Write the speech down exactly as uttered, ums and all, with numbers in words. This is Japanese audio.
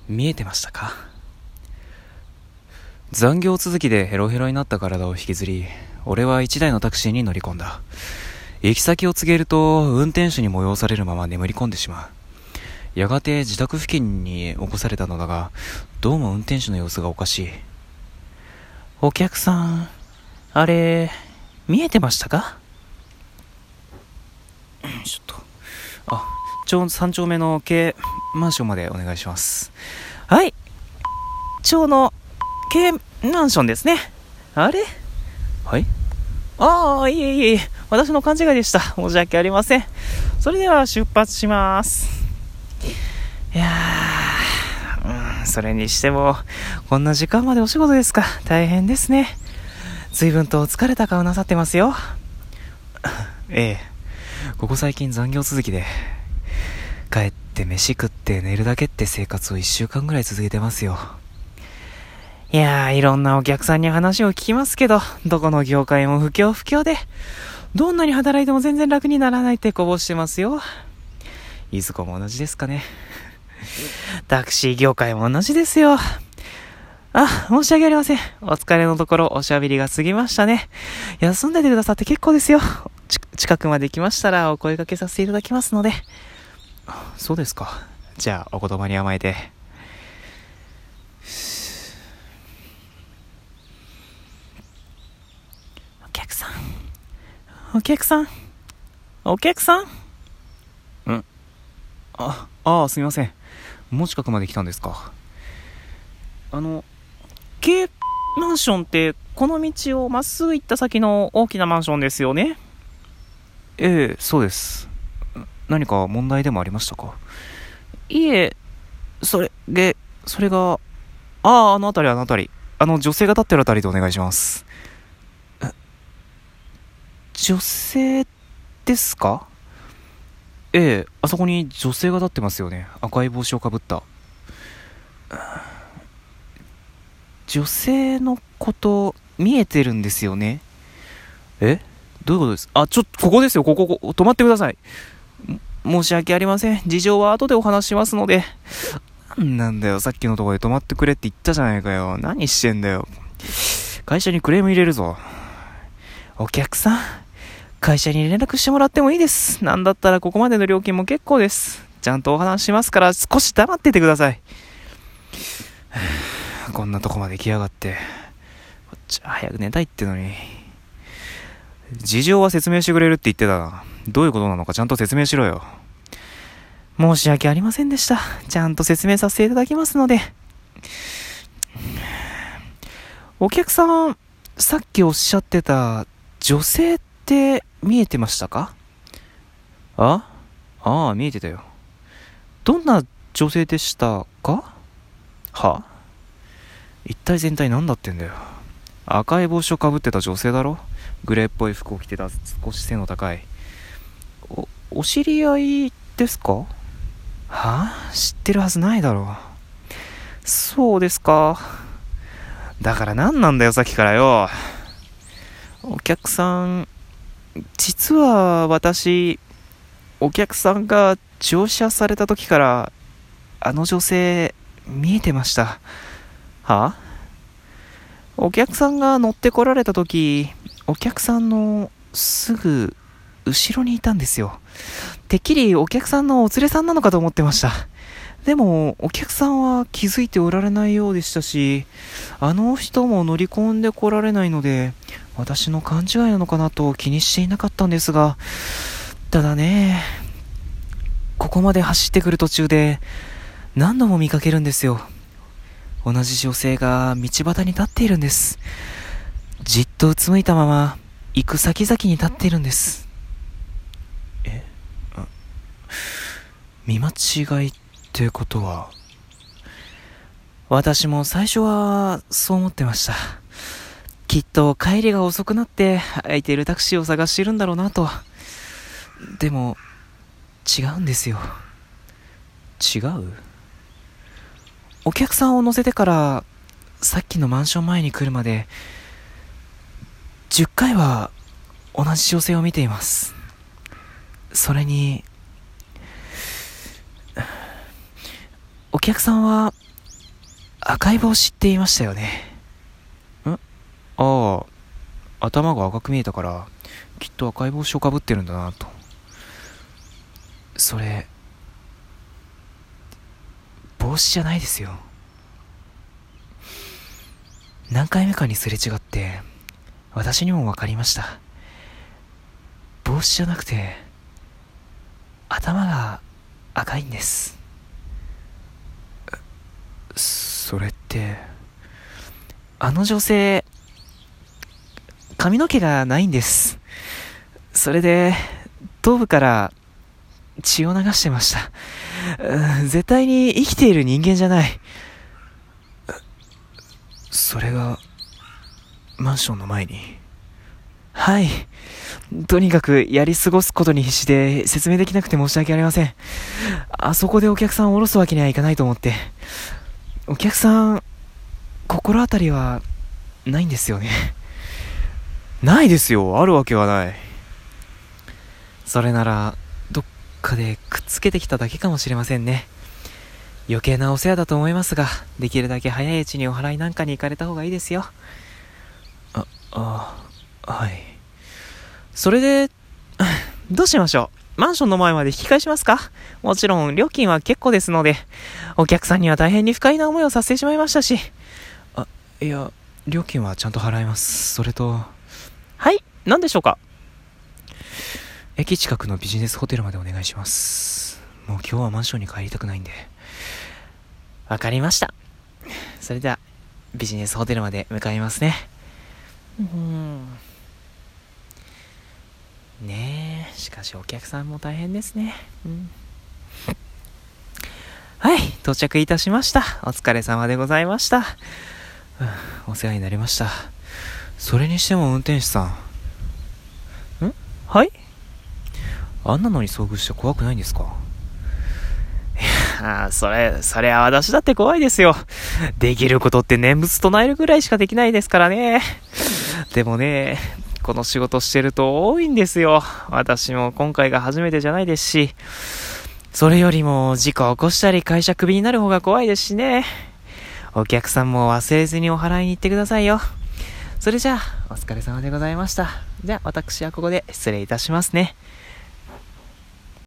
見えてましたか？残業続きでヘロヘロになった体を引きずり、俺は一台のタクシーに乗り込んだ。行き先を告げると運転手に催されるまま眠り込んでしまう。やがて自宅付近に起こされたのだが、どうも運転手の様子がおかしい。お客さん、あれ見えてましたか？ちょっとあ町さん丁目のKマンションまでお願いします。はい、町の K マンションですね。あれ、はい、ああ、いえいえ、私の勘違いでした。申し訳ありません。それでは出発します。いやー、うん、それにしてもこんな時間までお仕事ですか。大変ですね。随分と疲れた顔なさってますよ。ええ、ここ最近残業続きで、帰って飯食って寝るだけって生活をいっしゅうかんぐらい続けてますよ。いやー、いろんなお客さんに話を聞きますけど、どこの業界も不況不況で、どんなに働いても全然楽にならないってこぼしてますよ。いずこも同じですかね。タクシー業界も同じですよ。あ、申し訳ありません。お疲れのところおしゃべりが過ぎましたね。休んでてくださって結構ですよ。ち近くまで来ましたらお声掛けさせていただきますので。そうですか。じゃあお言葉に甘えて。お客さん、お客さん、お客さん。んあ、ああ、すみません。もう近くまで来たんですか。あの、K マンションってこの道をまっすぐ行った先の大きなマンションですよね。ええ、そうです。何か問題でもありましたか？いえ、それで、それが、ああ、あの辺り、あの辺り。あの、女性が立ってる辺りでお願いします。え、女性ですか？ええ、あそこに女性が立ってますよね。赤い帽子をかぶった。女性のこと見えてるんですよね。え、どういうことです？あ、ちょっとここですよ。ここ、ここ止まってください。申し訳ありません。事情は後でお話しますので。なんだよ、さっきのところで止まってくれって言ったじゃないかよ。何してんだよ。会社にクレーム入れるぞ。お客さん、会社に連絡してもらってもいいです。なんだったらここまでの料金も結構です。ちゃんとお話しますから少し黙っててください。こんなとこまで来やがって。こっちは早く寝たいってのに。事情は説明してくれるって言ってたな。どういうことなのかちゃんと説明しろよ。申し訳ありませんでした。ちゃんと説明させていただきますので。お客さん、さっきおっしゃってた女性って見えてましたか？あああ、見えてたよ。どんな女性でしたか？は？一体全体何だってんだよ。赤い帽子をかぶってた女性だろ？グレーっぽい服を着てた少し背の高い。お、お知り合いですか？はあ？知ってるはずないだろう。そうですか。だから何なんだよさっきからよ。お客さん、実は私、お客さんが乗車された時からあの女性見えてました。はあ？お客さんが乗ってこられた時、お客さんのすぐ後ろにいたんですよ。てっきりお客さんのお連れさんなのかと思ってました。でもお客さんは気づいておられないようでしたし、あの人も乗り込んでこられないので、私の勘違いなのかなと気にしていなかったんですが、ただね、ここまで走ってくる途中で何度も見かけるんですよ。同じ女性が道端に立っているんです。じっとうつむいたまま行く先々に立っているんです。え、見間違いってことは、私も最初はそう思ってました。きっと帰りが遅くなって空いているタクシーを探しているんだろうなと。でも違うんですよ。違う？お客さんを乗せてからさっきのマンション前に来るまでじゅっかいは同じ女性を見ています。それにお客さんは赤い帽子って言いましたよね。んああ、頭が赤く見えたから、きっと赤い帽子をかぶってるんだなと。それ、帽子じゃないですよ。何回目かにすれ違って、私にも分かりました。帽子じゃなくて、頭が赤いんです。それって、あの女性、髪の毛がないんです。それで、頭部から血を流してました。絶対に生きている人間じゃない。それが、マンションの前に。はい。とにかくやり過ごすことに必死で説明できなくて申し訳ありません。あそこでお客さんを降ろすわけにはいかないと思って。お客さん、心当たりはないんですよね。ないですよ。あるわけはない。それなら、どっかでくっつけてきただけかもしれませんね。余計なお世話だと思いますが、できるだけ早いうちにお祓いなんかに行かれた方がいいですよ。あ、あ、はい。それで、どうしましょう。マンションの前まで引き返しますか？もちろん料金は結構ですので、お客さんには大変に不快な思いをさせてしまいましたし。あ、いや、料金はちゃんと払います。それと、はい、何でしょうか？駅近くのビジネスホテルまでお願いします。もう今日はマンションに帰りたくないんで。わかりました。それではビジネスホテルまで向かいますね。うーんねえ、しかしお客さんも大変ですね。うん、はい、到着いたしました。お疲れ様でございました。お世話になりました。それにしても運転手さん、んはい、あんなのに遭遇して怖くないんですか？いや、それ、それは私だって怖いですよ。できることって念仏唱えるぐらいしかできないですからね。でもね、この仕事してると多いんですよ。私も今回が初めてじゃないですし、それよりも事故を起こしたり会社クビになる方が怖いですしね。お客さんも忘れずにお払いに行ってくださいよ。それじゃあ、お疲れ様でございました。じゃあ、私はここで失礼いたしますね。